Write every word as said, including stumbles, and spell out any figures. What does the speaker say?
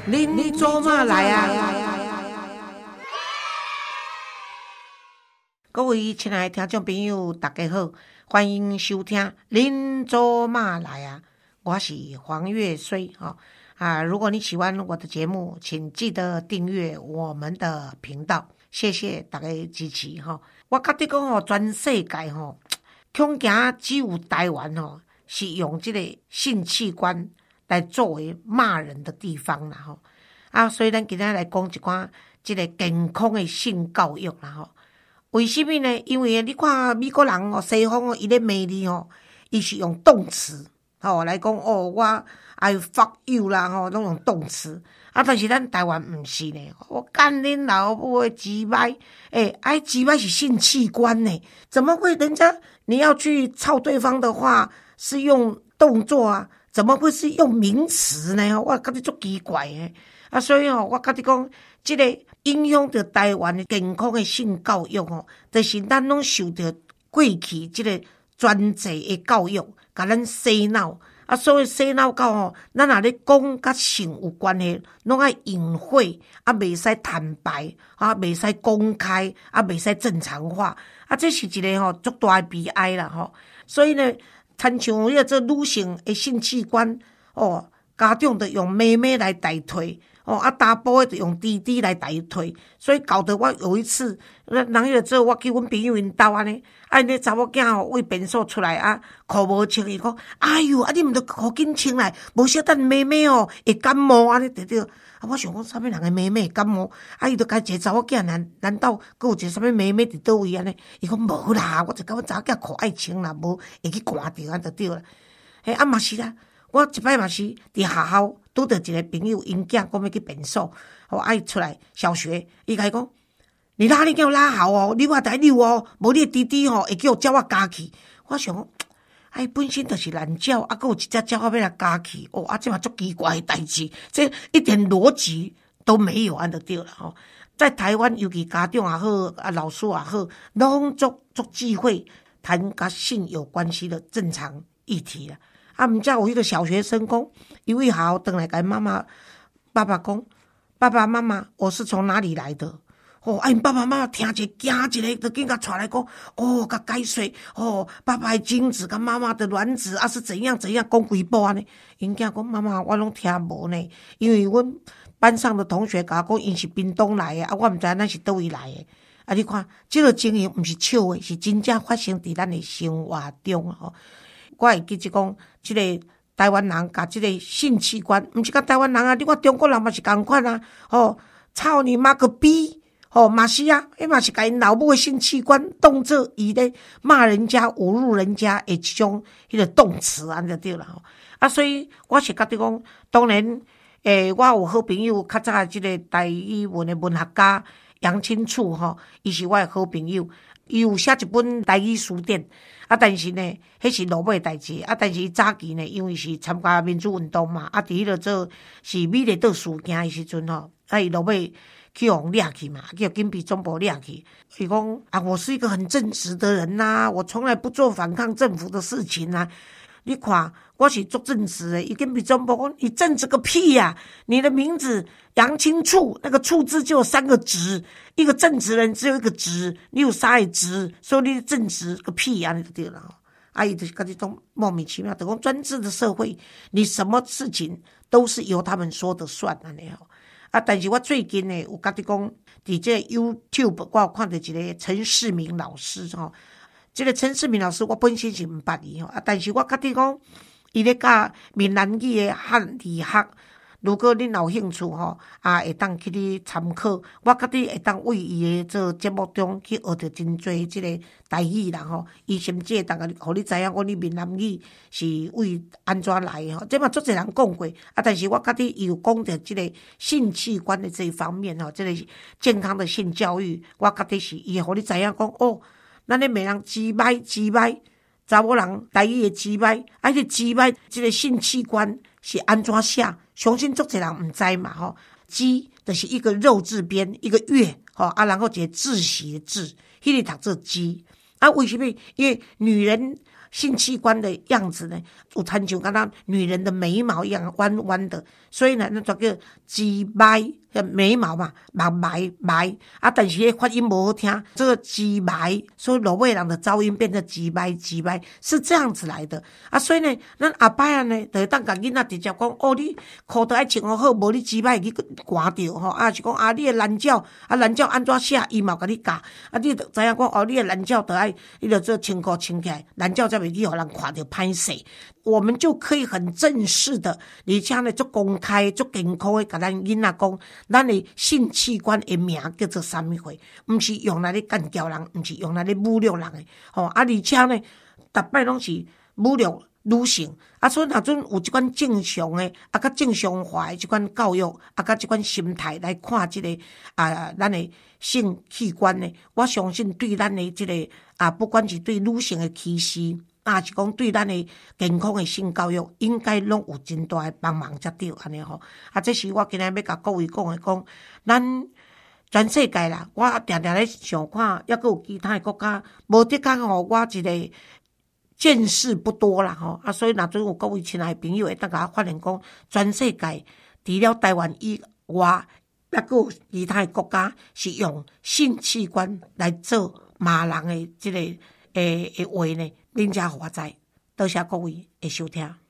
恁做嘛来啊？各位亲爱的听众朋友，大家好，欢迎收听《恁做嘛来啊》，我是黄月水哈啊！如果你喜欢我的节目，请记得订阅我们的频道，谢谢大家支持哈！我觉得讲吼，全世界吼，恐惊只有台湾吼是用这个性器官来作为骂人的地方啦吼啊！所以咱今天来讲一寡这个健康的性教育啦吼。为什么呢？因为你看美国人哦，西方哦，伊咧骂你吼，伊是用动词吼来讲哦，我 I fuck you 啦吼，拢用动词啊。但是咱台湾毋是呢，我干恁老母的鸡掰，诶，哎，鸡掰是性器官呢，怎么会人家你要去操对方的话是用动作啊？怎么会是用名词呢？我觉得足奇怪诶啊！所以吼，我觉得讲这个影响到台湾的健康的性教育吼，就是咱拢受到过去这个专制的教育，甲咱洗脑啊。所以洗脑到吼，咱若咧讲甲性有关系，拢爱隐晦啊，袂使坦白啊，袂使公开啊，袂使正常化啊。这是一个吼足大的悲哀啦吼。所以呢，亲像迄个做女性的性器官哦，家长就用妹妹来代替。哦，啊，查甫的就用弟弟来代替，所以搞得我有一次，人迄个做我去阮朋友因兜安尼，啊，因迄查某囝吼为便所出来啊，裤无穿，伊讲，哎哟，啊，你毋着裤紧穿来，无小等妹妹哦会感冒安尼对对。啊，我想讲啥物人的妹妹会感冒？啊，伊着甲一个查某囝，难难道佫有一个啥物妹妹伫倒位安尼？伊讲无啦，我就感觉查某囝裤爱穿啦，无会去寒着安就对啦。嘿，啊嘛是啦。我一摆嘛是伫学校拄着一个朋友，因囝讲要去便所，我爱出来小学，伊甲伊讲，你拉你叫拉好哦，你我来溜哦，无你弟弟吼会叫我叫我加去。我想讲，哎，本身就是懒觉，啊，佫有一只鸟要来加去，哦，啊，这嘛足奇怪的代志，这一点逻辑都没有，安就对了吼。在台湾，尤其家长也好，啊，老师也好，拢足足忌讳谈甲性有关系的正常议题啦。啊，毋则有迄个小学生讲，伊为学校回来甲妈妈、爸爸讲，爸爸妈妈，我是从哪里来的？哦，啊，因爸爸妈妈听一惊一个，就紧甲带来讲，哦，甲解说，哦，爸爸的精子跟妈妈的卵子啊是怎样怎样，讲几部安尼。因囝讲妈妈，我拢听无呢，因为阮班上的同学甲我讲，因是屏东来的，啊，我毋知咱是倒位来的。啊，你看，这个情形毋是笑的，是真正发生伫咱的生活中吼。我会记得讲，这个台湾人甲这个性器官，毋是甲台湾人啊，你看中国人嘛是共款啊，哦，操你妈个逼，哦，嘛是啊，迄嘛是甲因老母的性器官当作伊咧骂人家、侮辱人家的一种迄个动词安就对了吼。啊，所以我是觉得讲，当然，诶，我有好朋友，较早的这个台语文的文学家杨清楚吼，伊是我的好朋友。伊有写一本台语书典，啊，但是呢，迄是落尾代志，啊，但是伊早期呢，因为是参加民主运动嘛，啊，伫迄个做是美丽岛事件的时阵吼，啊，伊落尾去互掠去嘛，去互警备总部掠去。伊讲啊，我是一个很正直的人呐、啊，我从来不做反抗政府的事情啊。你看，我是做正直的，伊警备总部讲你正直个屁呀、啊！你的名字杨清处，那个处字就有三个直，一个正直人只有一个直，你有三个直，所以你正直个屁呀、啊！你就对了。阿姨就是跟这种莫名其妙的讲专制的社会，你什么事情都是由他们说的算安尼吼。啊，但是我最近呢，有跟你讲，伫这 YouTube 我有看到一个陈世明老师吼。这个陈世明老师，我本身是毋捌伊吼，啊，但是我觉得讲，伊咧教闽南语的汉字学，如果恁有兴趣吼，啊，会当去哩参考。我觉得会当为伊的做节目中去学到真侪即个台语啦吼。伊甚至会当个，互你知影讲你闽南语是为安怎来的吼。这嘛足侪人讲过，啊，但是我觉得伊有讲到即个性器官的这一方面吼，即个健康的性教育，我觉得是伊互你知影讲哦。咱咧骂人鸡歹鸡歹，查某人台语的鸡歹，啊，这鸡歹这个性器官是安怎写？相信足侪人毋知嘛吼。鸡就是一个肉字边一个月吼，啊，然后一个窒息的窒，迄个读做鸡。 啊，为什么？因为女人性器官的样子呢，有参像跟咱女人的眉毛一样弯弯的，所以呢，那叫鸡白眉毛嘛，毛白白啊。但是发音不好听，这个鸡白，所以罗尾人的噪音变成鸡白鸡白，是这样子来的啊。所以呢，咱阿伯啊呢，就当甲囡仔直接讲，哦，你裤都爱穿好，无你鸡白去刮掉吼。啊，是讲啊，你的蓝鸟啊，蓝鸟安怎写，伊嘛甲你教啊，你就知影讲哦，你的蓝鸟就爱，你就做穿裤穿起来，蓝鸟才袂去互人看到歹势。我们就可以很正式的，而且呢，做公开、做健康的，甲咱囡仔讲，咱的性器官的名叫做啥物货，毋是用来咧干掉人，毋是用来咧侮辱人的，吼、哦、啊！而且呢，逐摆拢是侮辱女性，啊，所以若阵有即款正常的，啊，甲正常化的即款教育，啊，甲即款心态来看即、這個啊，咱的性器官呢，我相信对咱的即、這個啊，不管是对女性的歧视。啊，是讲对咱的健康的性教育，应该拢有真大的帮忙才对安尼吼。啊，这是我今日要甲各位讲的，讲咱全世界啦，我定定咧想看，抑阁有其他的国家，无得讲吼，我一个见识不多啦吼。啊，所以若阵有各位亲爱的朋友会当甲我发现讲，全世界除了台湾以外，抑阁有其他的国家是用性器官来做骂人的即、這个诶诶话呢。恁才互我知，多谢各位的收听。